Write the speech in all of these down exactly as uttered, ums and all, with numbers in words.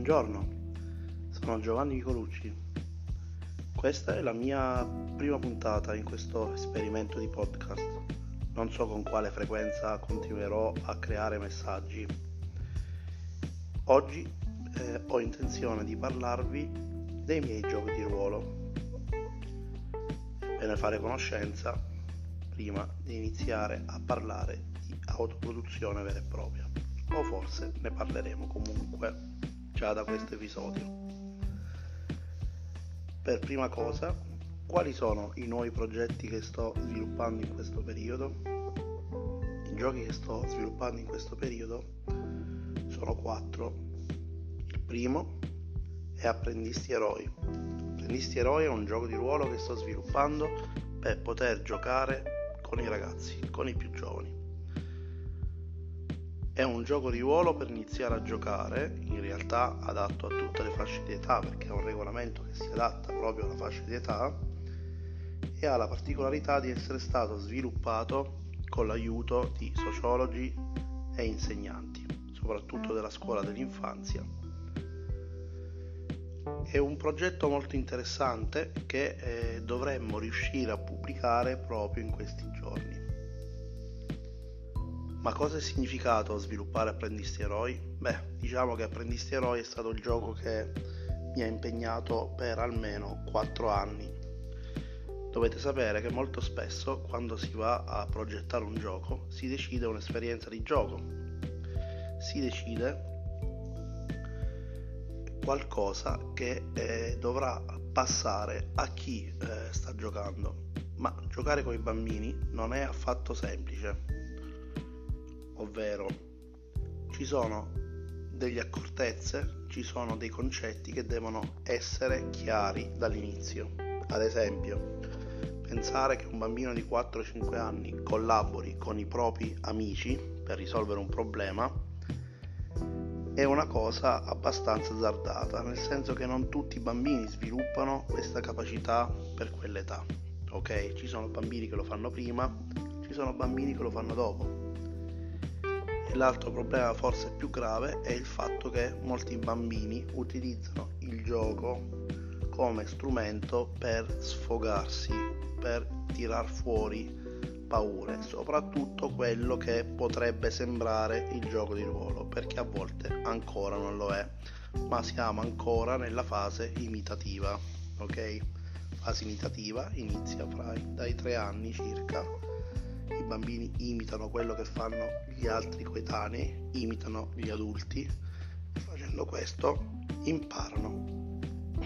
Buongiorno, sono Giovanni Colucci. Questa è la mia prima puntata in questo esperimento di podcast. Non so con quale frequenza continuerò a creare messaggi. Oggi eh, ho intenzione di parlarvi dei miei giochi di ruolo. È bene fare conoscenza prima di iniziare a parlare di autoproduzione vera e propria, o forse ne parleremo comunque già da questo episodio. Per prima cosa, quali sono i nuovi progetti che sto sviluppando in questo periodo? I giochi che sto sviluppando in questo periodo sono quattro. Il primo è Apprendisti Eroi. Apprendisti Eroi è un gioco di ruolo che sto sviluppando per poter giocare con i ragazzi, con i più giovani. È un gioco di ruolo per iniziare a giocare, in realtà adatto a tutte le fasce di età, perché è un regolamento che si adatta proprio alla fascia di età e ha la particolarità di essere stato sviluppato con l'aiuto di sociologi e insegnanti, soprattutto della scuola dell'infanzia. È un progetto molto interessante che eh, dovremmo riuscire a pubblicare proprio in questi giorni. Ma cosa è significato sviluppare Apprendisti Eroi? Beh, diciamo che Apprendisti Eroi è stato il gioco che mi ha impegnato per almeno quattro anni. Dovete sapere che molto spesso quando si va a progettare un gioco si decide un'esperienza di gioco, si decide qualcosa che eh, dovrà passare a chi eh, sta giocando. Ma giocare con i bambini non è affatto semplice. Ovvero ci sono delle accortezze, ci sono dei concetti che devono essere chiari dall'inizio. Ad esempio, pensare che un bambino di quattro cinque anni collabori con i propri amici per risolvere un problema è una cosa abbastanza azzardata, nel senso che non tutti i bambini sviluppano questa capacità per quell'età. Ok? Ci sono bambini che lo fanno prima, ci sono bambini che lo fanno dopo. E l'altro problema forse più grave è il fatto che molti bambini utilizzano il gioco come strumento per sfogarsi, per tirar fuori paure, soprattutto quello che potrebbe sembrare il gioco di ruolo, perché a volte ancora non lo è, ma siamo ancora nella fase imitativa, ok? Fase imitativa inizia fra, dai tre anni circa. I bambini imitano quello che fanno gli altri coetanei, imitano gli adulti e facendo questo imparano.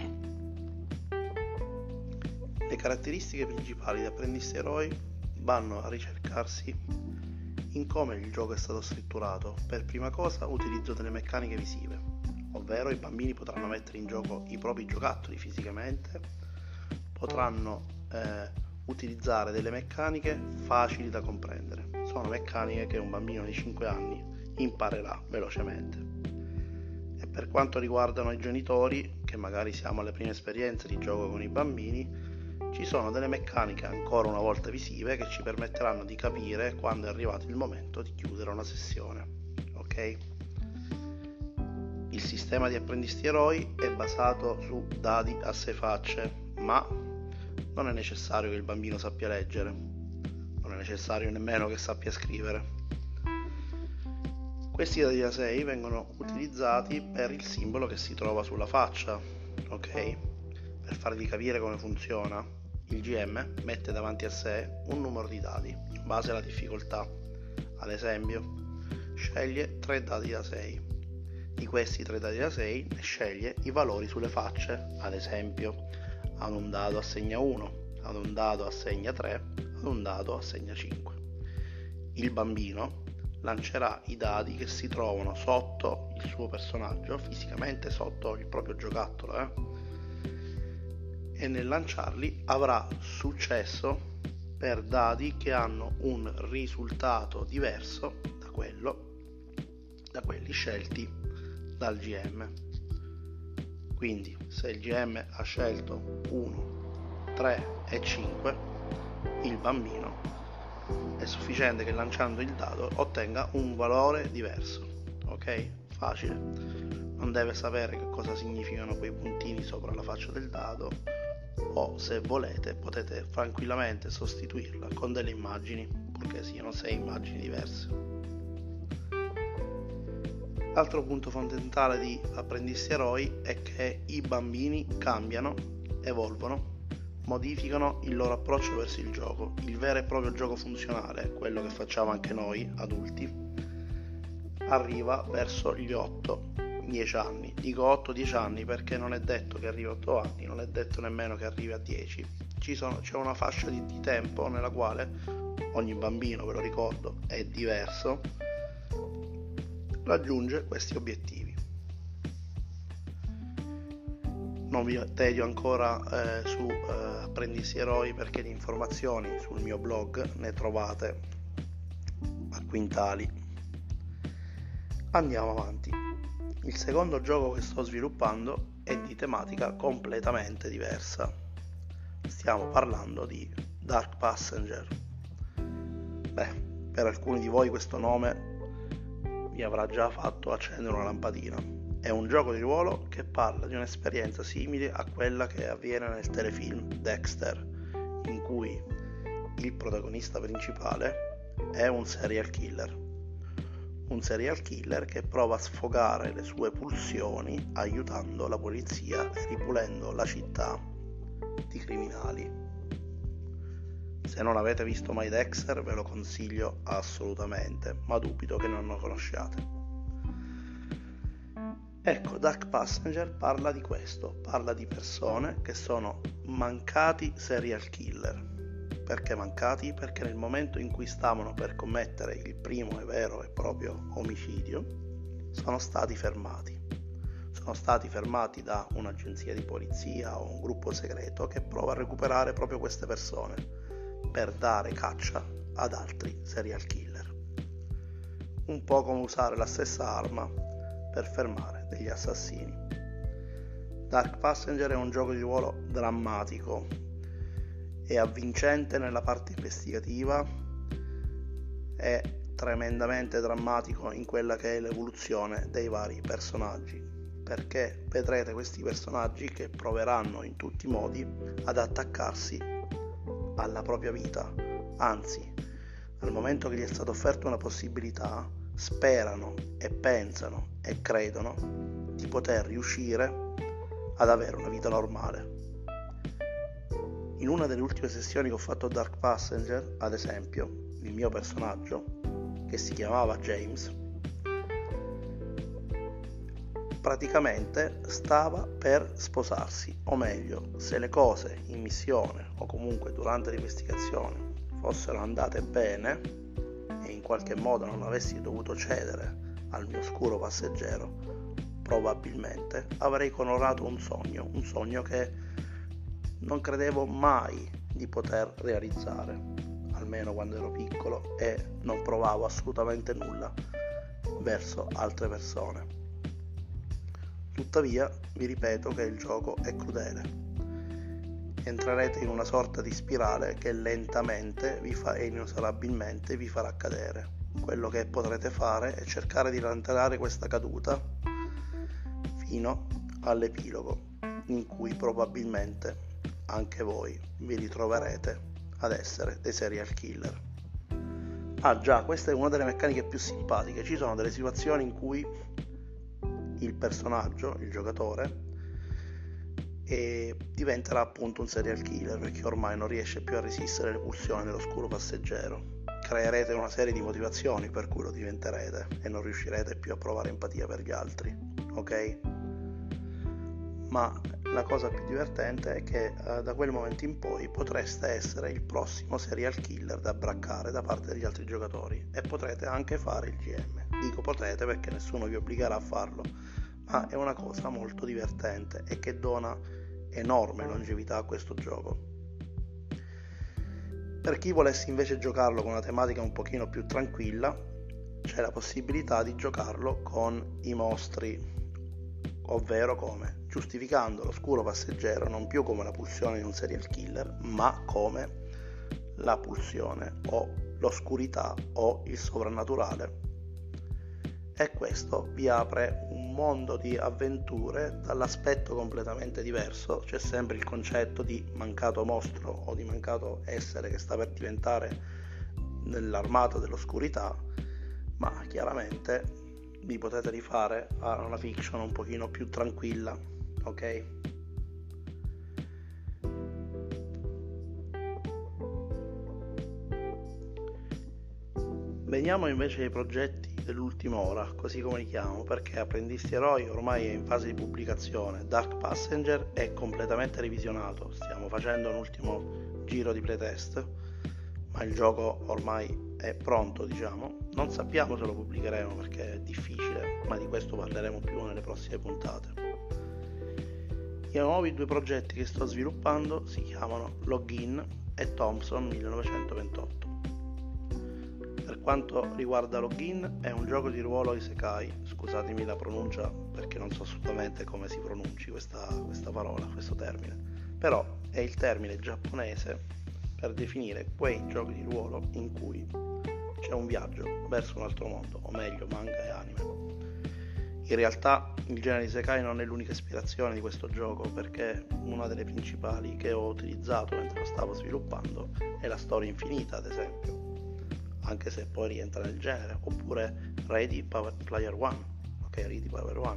Le caratteristiche principali di Apprendisti Eroi vanno a ricercarsi in come il gioco è stato strutturato. Per prima cosa utilizzo delle meccaniche visive, ovvero i bambini potranno mettere in gioco i propri giocattoli fisicamente, potranno eh, utilizzare delle meccaniche facili da comprendere. Sono meccaniche che un bambino di cinque anni imparerà velocemente. E per quanto riguardano i genitori, che magari siamo alle prime esperienze di gioco con i bambini, ci sono delle meccaniche ancora una volta visive che ci permetteranno di capire quando è arrivato il momento di chiudere una sessione. Ok? Il sistema di Apprendisti Eroi è basato su dadi a sei facce, ma non è necessario che il bambino sappia leggere, non è necessario nemmeno che sappia scrivere. Questi dadi da sei vengono utilizzati per il simbolo che si trova sulla faccia, ok? Per farvi capire come funziona, il G M mette davanti a sé un numero di dadi in base alla difficoltà. Ad esempio, sceglie tre dadi da sei. Di questi tre dadi da sei ne sceglie i valori sulle facce. Ad esempio, ad un dado assegna uno, ad un dado assegna tre, ad un dado assegna cinque. Il bambino lancerà i dadi che si trovano sotto il suo personaggio, fisicamente sotto il proprio giocattolo, eh? e nel lanciarli avrà successo per dadi che hanno un risultato diverso da quello, da quelli scelti dal G M. Quindi se il G M ha scelto uno, tre e cinque, il bambino è sufficiente che lanciando il dado ottenga un valore diverso. Ok? Facile. non deve sapere che cosa significano quei puntini sopra la faccia del dado, o se volete potete tranquillamente sostituirla con delle immagini, purché siano sei immagini diverse. L'altro punto fondamentale di Apprendisti Eroi è che i bambini cambiano, evolvono, modificano il loro approccio verso il gioco. Il vero e proprio gioco funzionale, quello che facciamo anche noi adulti, arriva verso gli otto dieci anni. Dico otto dieci anni perché non è detto che arrivi a otto anni, non è detto nemmeno che arrivi a dieci. Ci sono, c'è una fascia di, di tempo nella quale ogni bambino, ve lo ricordo, è diverso, raggiunge questi obiettivi. Non vi tedio ancora eh, su eh, Apprendisti Eroi, perché le informazioni sul mio blog ne trovate a quintali. Andiamo avanti. Il secondo gioco che sto sviluppando è di tematica completamente diversa. Stiamo parlando di Dark Passenger. Beh, per alcuni di voi questo nome vi avrà già fatto accendere una lampadina. È un gioco di ruolo che parla di un'esperienza simile a quella che avviene nel telefilm Dexter, in cui il protagonista principale è un serial killer. Un serial killer che prova a sfogare le sue pulsioni aiutando la polizia e ripulendo la città di criminali. Se non avete visto mai Dexter, ve lo consiglio assolutamente, ma dubito che non lo conosciate. Ecco, Dark Passenger parla di questo, parla di persone che sono mancati serial killer. Perché mancati? Perché nel momento in cui stavano per commettere il primo e vero e proprio omicidio, sono stati fermati. Sono stati fermati da un'agenzia di polizia o un gruppo segreto che prova a recuperare proprio queste persone per dare caccia ad altri serial killer. Un po' come usare la stessa arma per fermare degli assassini. Dark Passenger è un gioco di ruolo drammatico, è avvincente nella parte investigativa, è tremendamente drammatico in quella che è l'evoluzione dei vari personaggi, perché vedrete questi personaggi che proveranno in tutti i modi ad attaccarsi alla propria vita, anzi, nel momento che gli è stata offerta una possibilità, sperano e pensano e credono di poter riuscire ad avere una vita normale. In una delle ultime sessioni che ho fatto a Dark Passenger, ad esempio, il mio personaggio, che si chiamava James, praticamente stava per sposarsi, o meglio, se le cose in missione o comunque durante l'investigazione fossero andate bene e in qualche modo non avessi dovuto cedere al mio oscuro passeggero, probabilmente avrei onorato un sogno, un sogno che non credevo mai di poter realizzare, almeno quando ero piccolo e non provavo assolutamente nulla verso altre persone. Tuttavia, vi ripeto che il gioco è crudele. Entrerete in una sorta di spirale che lentamente vi fa, e inesorabilmente vi farà cadere. Quello che potrete fare è cercare di rallentare questa caduta fino all'epilogo, in cui probabilmente anche voi vi ritroverete ad essere dei serial killer. Ah già, questa è una delle meccaniche più simpatiche. Ci sono delle situazioni in cui il personaggio, il giocatore, e diventerà appunto un serial killer perché ormai non riesce più a resistere le pulsioni dell'oscuro passeggero. Creerete una serie di motivazioni per cui lo diventerete e non riuscirete più a provare empatia per gli altri, ok? Ma la cosa più divertente è che eh, da quel momento in poi potreste essere il prossimo serial killer da braccare da parte degli altri giocatori e potrete anche fare il G M. Dico potrete perché nessuno vi obbligherà a farlo, ma è una cosa molto divertente e che dona enorme longevità a questo gioco. Per chi volesse invece giocarlo con una tematica un pochino più tranquilla, c'è la possibilità di giocarlo con i mostri, ovvero come? Giustificando l'oscuro passeggero non più come la pulsione di un serial killer, ma come la pulsione o l'oscurità o il sovrannaturale. E questo vi apre un un mondo di avventure dall'aspetto completamente diverso. C'è sempre il concetto di mancato mostro o di mancato essere che sta per diventare nell'armata dell'oscurità, ma chiaramente vi potete rifare a una fiction un pochino più tranquilla, ok? Veniamo invece ai progetti dell'ultima ora, così come li chiamo, perché Apprendisti Eroi ormai è in fase di pubblicazione. Dark Passenger è completamente revisionato, stiamo facendo un ultimo giro di playtest, ma il gioco ormai è pronto, diciamo. Non sappiamo se lo pubblicheremo perché è difficile, ma di questo parleremo più nelle prossime puntate. I nuovi due progetti che sto sviluppando si chiamano Login e Thompson millenovecentoventotto. Per quanto riguarda Login, è un gioco di ruolo isekai, scusatemi la pronuncia perché non so assolutamente come si pronunci questa, questa parola, questo termine, però è il termine giapponese per definire quei giochi di ruolo in cui c'è un viaggio verso un altro mondo, o meglio manga e anime. In realtà il genere isekai non è l'unica ispirazione di questo gioco, perché una delle principali che ho utilizzato mentre lo stavo sviluppando è la storia infinita, ad esempio, anche se poi rientra nel genere, oppure Ready Player One, ok, Ready Player One.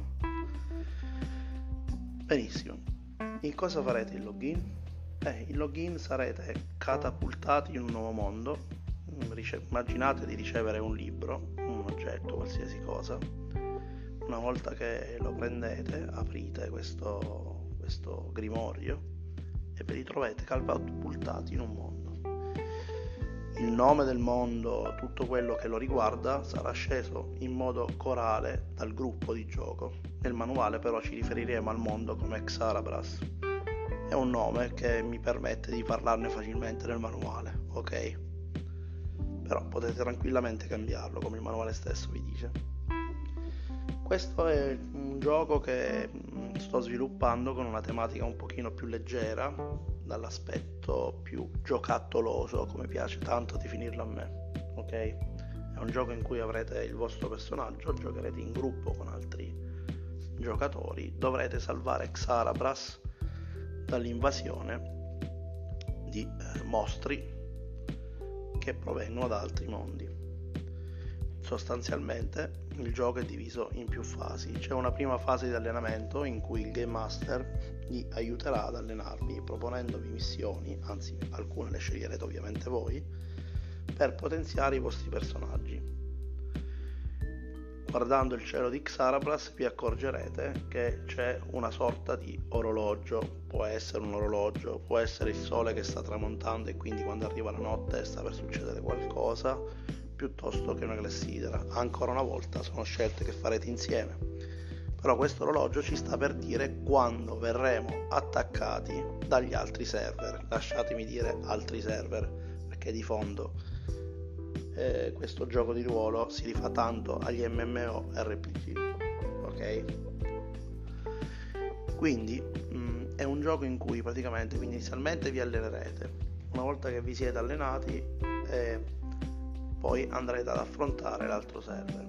Benissimo, in cosa farete il login? Eh, in login sarete catapultati in un nuovo mondo. Immaginate di ricevere un libro, un oggetto, qualsiasi cosa. Una volta che lo prendete, aprite questo, questo grimorio e vi ritrovate catapultati in un mondo. Il nome del mondo, tutto quello che lo riguarda, sarà sceso in modo corale dal gruppo di gioco. Nel manuale però ci riferiremo al mondo come Xarabras. È un nome che mi permette di parlarne facilmente nel manuale, ok? Però potete tranquillamente cambiarlo, come il manuale stesso vi dice. Questo è un gioco che sto sviluppando con una tematica un pochino più leggera, dall'aspetto più giocattoloso, come piace tanto definirlo a me, ok? È un gioco in cui avrete il vostro personaggio, giocherete in gruppo con altri giocatori, dovrete salvare Xarabras dall'invasione di eh, mostri che provengono da altri mondi. Sostanzialmente il gioco è diviso in più fasi. C'è una prima fase di allenamento in cui il Game Master vi aiuterà ad allenarvi proponendovi missioni, anzi alcune le sceglierete ovviamente voi, per potenziare i vostri personaggi. Guardando il cielo di Xarabras vi accorgerete che c'è una sorta di orologio, può essere un orologio, può essere il sole che sta tramontando e quindi quando arriva la notte sta per succedere qualcosa, piuttosto che una clessidra. Ancora una volta sono scelte che farete insieme, però questo orologio ci sta per dire quando verremo attaccati dagli altri server. Lasciatemi dire altri server, perché di fondo eh, questo gioco di ruolo si rifà tanto agli MMORPG, ok? Quindi mh, è un gioco in cui praticamente quindi inizialmente vi allenerete. Una volta che vi siete allenati eh, poi andrete ad affrontare l'altro server.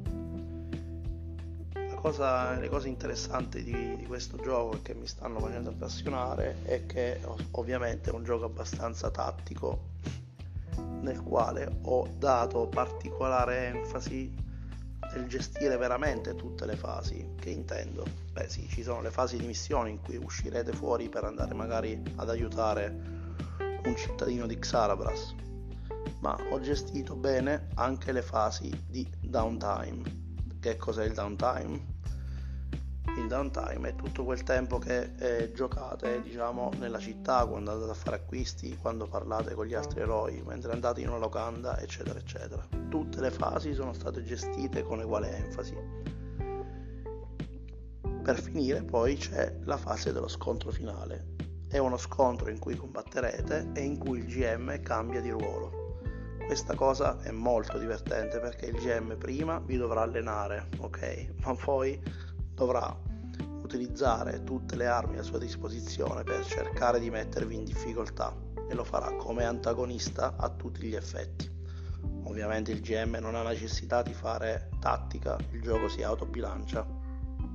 La cosa, le cose interessanti di, di questo gioco e che mi stanno facendo appassionare è che ovviamente è un gioco abbastanza tattico, nel quale ho dato particolare enfasi nel gestire veramente tutte le fasi. Che intendo? Beh sì, ci sono le fasi di missione in cui uscirete fuori per andare magari ad aiutare un cittadino di Xarabras, ma ho gestito bene anche le fasi di downtime. Che cos'è il downtime? Il downtime è tutto quel tempo che eh, giocate, diciamo, nella città, quando andate a fare acquisti, quando parlate con gli altri eroi, mentre andate in una locanda, eccetera eccetera. Tutte le fasi sono state gestite con uguale enfasi. Per finire poi c'è la fase dello scontro finale. È uno scontro in cui combatterete e in cui il G M cambia di ruolo. Questa cosa è molto divertente perché il G M prima vi dovrà allenare, ok? Ma poi dovrà utilizzare tutte le armi a sua disposizione per cercare di mettervi in difficoltà e lo farà come antagonista a tutti gli effetti. Ovviamente il G M non ha necessità di fare tattica, il gioco si autobilancia.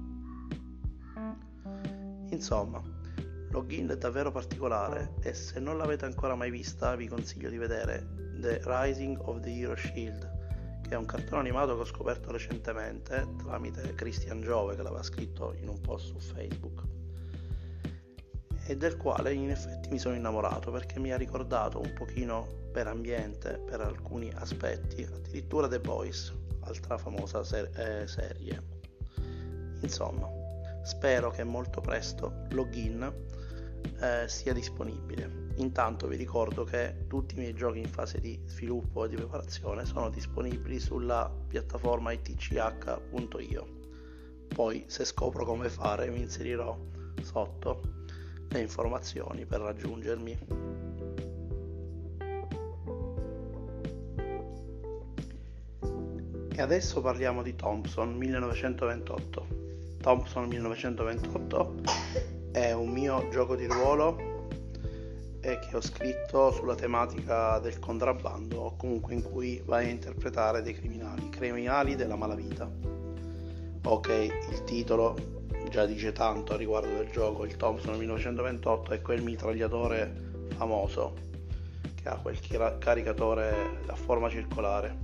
Insomma, login è davvero particolare e se non l'avete ancora mai vista vi consiglio di vedere The Rising of the Hero Shield, che è un cartone animato che ho scoperto recentemente tramite Christian Giove, che l'aveva scritto in un post su Facebook, e del quale in effetti mi sono innamorato perché mi ha ricordato un pochino per ambiente, per alcuni aspetti, addirittura The Boys, altra famosa ser- eh, serie. Insomma, spero che molto presto Login eh, sia disponibile. Intanto vi ricordo che tutti i miei giochi in fase di sviluppo e di preparazione sono disponibili sulla piattaforma i t c h punto i o. Poi, se scopro come fare, vi inserirò sotto le informazioni per raggiungermi. E adesso parliamo di Thompson millenovecentoventotto. Thompson millenovecentoventotto è un mio gioco di ruolo e che ho scritto sulla tematica del contrabbando, o comunque in cui vai a interpretare dei criminali, criminali della malavita. Ok, il titolo già dice tanto a riguardo del gioco. Il Thompson millenovecentoventotto è quel mitragliatore famoso che ha quel caricatore a forma circolare,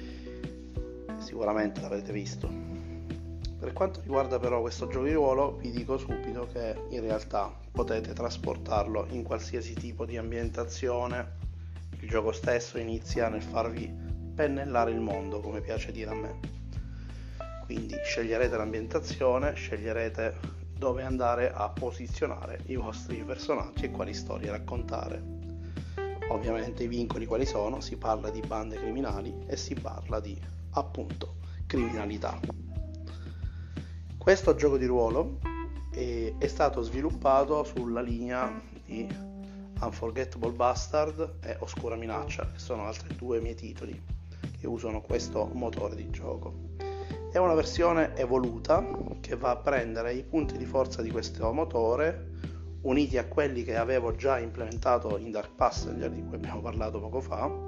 sicuramente l'avrete visto. Per quanto riguarda però questo gioco di ruolo, vi dico subito che in realtà potete trasportarlo in qualsiasi tipo di ambientazione. Il gioco stesso inizia nel farvi pennellare il mondo, come piace dire a me. Quindi sceglierete l'ambientazione, sceglierete dove andare a posizionare i vostri personaggi e quali storie raccontare. Ovviamente i vincoli quali sono? Si parla di bande criminali e si parla di, appunto, criminalità. Questo gioco di ruolo è, è stato sviluppato sulla linea di Unforgettable Bastard e Oscura Minaccia, che sono altri due miei titoli che usano questo motore di gioco. È una versione evoluta che va a prendere i punti di forza di questo motore, uniti a quelli che avevo già implementato in Dark Passenger, di cui abbiamo parlato poco fa,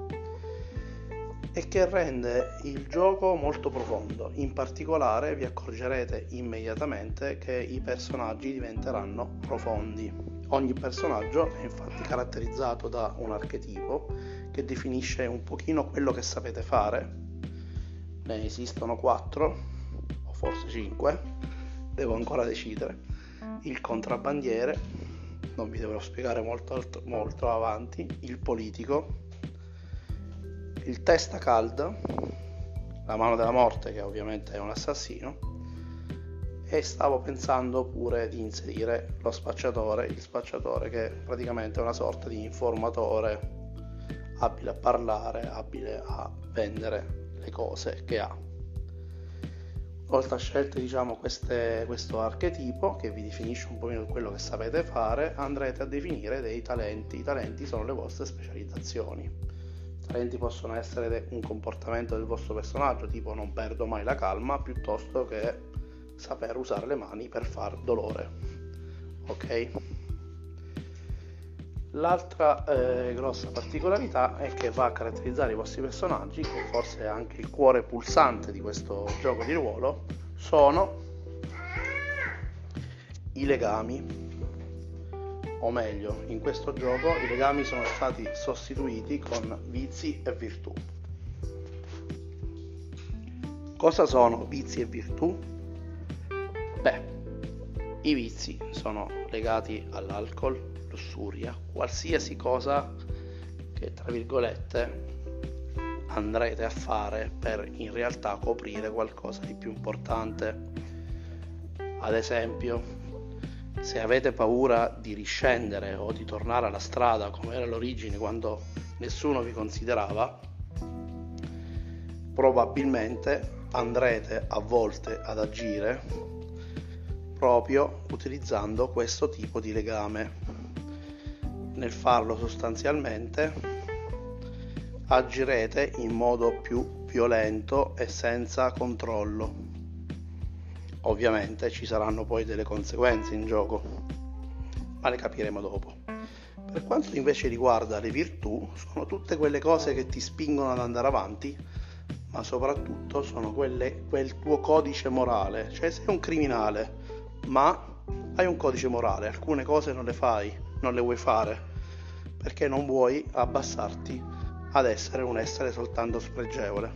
e che rende il gioco molto profondo. In particolare vi accorgerete immediatamente che i personaggi diventeranno profondi. Ogni personaggio è infatti caratterizzato da un archetipo che definisce un pochino quello che sapete fare. Ne esistono quattro o forse cinque, devo ancora decidere. Il contrabbandiere, non vi dovrò spiegare molto, molto avanti. Il politico, il testa calda, la mano della morte, che ovviamente è un assassino, e stavo pensando pure di inserire lo spacciatore, il spacciatore che praticamente è una sorta di informatore, abile a parlare, abile a vendere le cose che ha. Una volta scelte, diciamo, queste, questo archetipo che vi definisce un po' quello che sapete fare, andrete a definire dei talenti. I talenti sono le vostre specializzazioni. Talenti possono essere un comportamento del vostro personaggio, tipo non perdo mai la calma, piuttosto che saper usare le mani per far dolore. Ok? L'altra eh, grossa particolarità è che va a caratterizzare i vostri personaggi, che forse è anche il cuore pulsante di questo gioco di ruolo, sono i legami. O meglio, in questo gioco i legami sono stati sostituiti con vizi e virtù. Cosa sono vizi e virtù? Beh, i vizi sono legati all'alcol, lussuria, qualsiasi cosa che tra virgolette andrete a fare per in realtà coprire qualcosa di più importante. Ad esempio, se avete paura di riscendere o di tornare alla strada come era l'origine quando nessuno vi considerava, probabilmente andrete a volte ad agire proprio utilizzando questo tipo di legame. Nel farlo sostanzialmente agirete in modo più violento e senza controllo. Ovviamente ci saranno poi delle conseguenze in gioco, ma le capiremo dopo. Per quanto invece riguarda le virtù, sono tutte quelle cose che ti spingono ad andare avanti, ma soprattutto sono quelle, quel tuo codice morale. Cioè sei un criminale, ma hai un codice morale, alcune cose non le fai, non le vuoi fare, perché non vuoi abbassarti ad essere un essere soltanto spregevole.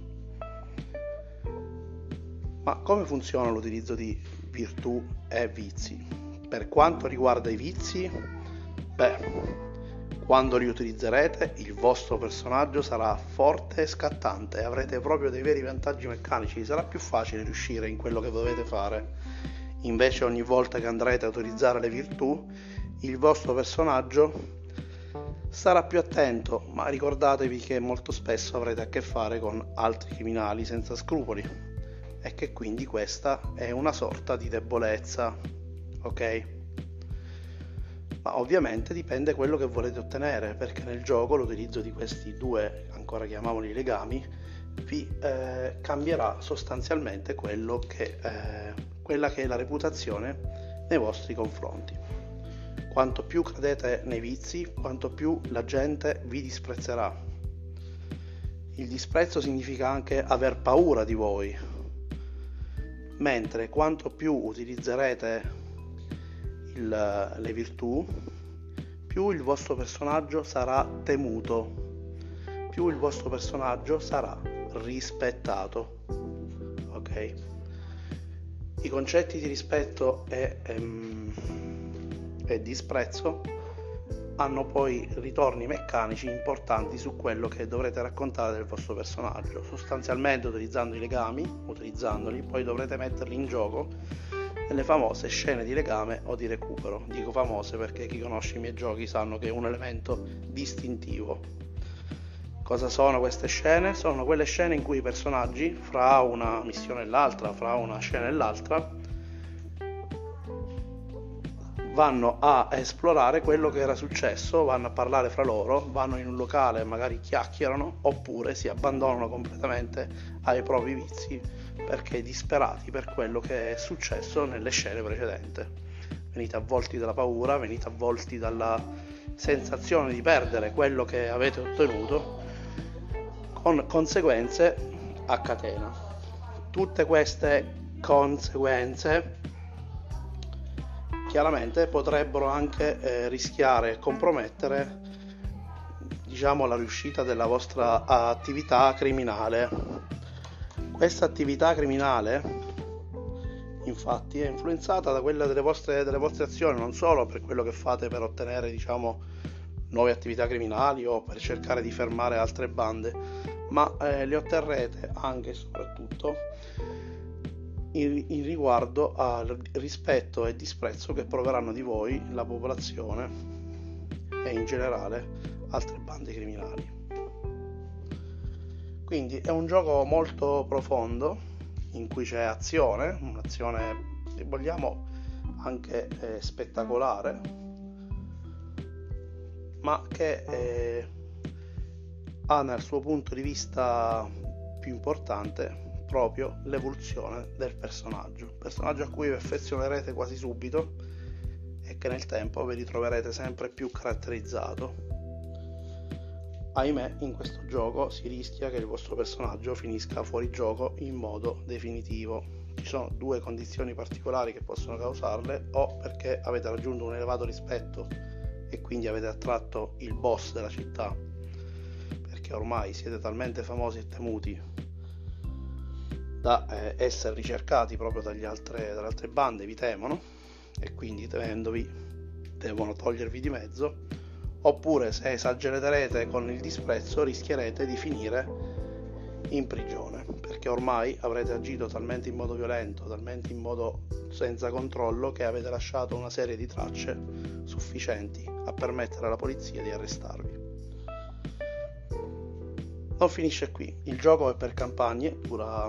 Ma come funziona l'utilizzo di virtù e vizi? Per quanto riguarda i vizi, beh, quando li utilizzerete il vostro personaggio sarà forte e scattante e avrete proprio dei veri vantaggi meccanici, sarà più facile riuscire in quello che dovete fare. Invece ogni volta che andrete a utilizzare le virtù, il vostro personaggio starà più attento, ma ricordatevi che molto spesso avrete a che fare con altri criminali senza scrupoli e che quindi questa è una sorta di debolezza, ok? Ma ovviamente dipende quello che volete ottenere, perché nel gioco l'utilizzo di questi due, ancora chiamiamoli legami, vi eh, cambierà sostanzialmente quello che, eh, quella che è la reputazione nei vostri confronti. Quanto più credete nei vizi, quanto più la gente vi disprezzerà. Il disprezzo significa anche aver paura di voi, mentre quanto più utilizzerete Il, le virtù, più il vostro personaggio sarà temuto, più il vostro personaggio sarà rispettato, ok? I concetti di rispetto e, ehm, e disprezzo hanno poi ritorni meccanici importanti su quello che dovrete raccontare del vostro personaggio, sostanzialmente utilizzando i legami, utilizzandoli, poi dovrete metterli in gioco nelle famose scene di legame o di recupero. Dico famose perché chi conosce i miei giochi sanno che è un elemento distintivo. Cosa sono queste scene? Sono quelle scene in cui i personaggi, fra una missione e l'altra, fra una scena e l'altra, vanno a esplorare quello che era successo, vanno a parlare fra loro, vanno in un locale e magari chiacchierano, oppure si abbandonano completamente ai propri vizi perché disperati per quello che è successo nelle scene precedenti. Venite avvolti dalla paura, venite avvolti dalla sensazione di perdere quello che avete ottenuto, con conseguenze a catena. Tutte queste conseguenze chiaramente potrebbero anche eh, rischiare e compromettere, diciamo, la riuscita della vostra attività criminale. Questa attività criminale infatti è influenzata da quella delle vostre, delle vostre azioni, non solo per quello che fate per ottenere, diciamo, nuove attività criminali o per cercare di fermare altre bande, ma eh, le otterrete anche e soprattutto in, in riguardo al rispetto e disprezzo che proveranno di voi la popolazione e in generale altre bande criminali. Quindi è un gioco molto profondo in cui c'è azione, un'azione, se vogliamo, anche eh, spettacolare, ma che eh, ha nel suo punto di vista più importante proprio l'evoluzione del personaggio, personaggio a cui vi affezionerete quasi subito e che nel tempo vi ritroverete sempre più caratterizzato. Ahimè, in questo gioco si rischia che il vostro personaggio finisca fuori gioco in modo definitivo. Ci sono due condizioni particolari che possono causarle: o perché avete raggiunto un elevato rispetto e quindi avete attratto il boss della città, perché ormai siete talmente famosi e temuti da eh, essere ricercati proprio dagli altre, dalle altre bande, vi temono e quindi temendovi devono togliervi di mezzo. Oppure, se esagererete con il disprezzo, rischierete di finire in prigione, perché ormai avrete agito talmente in modo violento, talmente in modo senza controllo, che avete lasciato una serie di tracce sufficienti a permettere alla polizia di arrestarvi. Non finisce qui, il gioco è per campagne, dura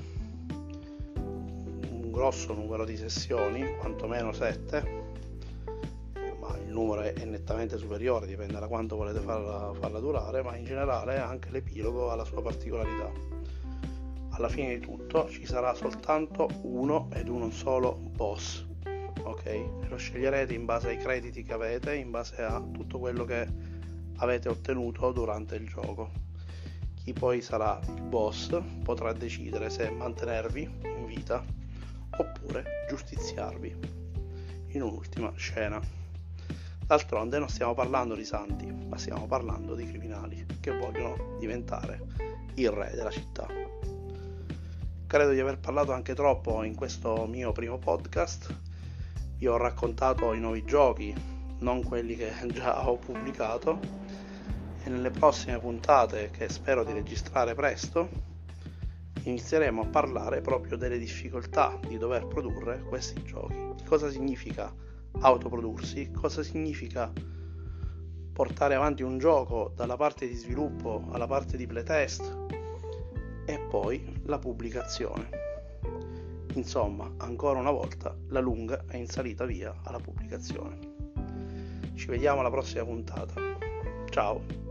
un grosso numero di sessioni, quantomeno sette, il numero è nettamente superiore, dipende da quanto volete farla, farla durare, ma in generale anche l'epilogo ha la sua particolarità. Alla fine di tutto ci sarà soltanto uno ed uno solo boss, ok? Lo sceglierete in base ai crediti che avete, in base a tutto quello che avete ottenuto durante il gioco. Chi poi sarà il boss potrà decidere se mantenervi in vita oppure giustiziarvi. in un'ultima scena. D'altronde non stiamo parlando di santi, ma stiamo parlando di criminali che vogliono diventare il re della città. Credo di aver parlato anche troppo in questo mio primo podcast. Vi ho raccontato i nuovi giochi, non quelli che già ho pubblicato, e nelle prossime puntate, che spero di registrare presto, inizieremo a parlare proprio delle difficoltà di dover produrre questi giochi. Cosa significa autoprodursi, cosa significa portare avanti un gioco dalla parte di sviluppo alla parte di playtest e poi la pubblicazione. Insomma, ancora una volta la lunga è in salita via alla pubblicazione. Ci vediamo alla prossima puntata. Ciao!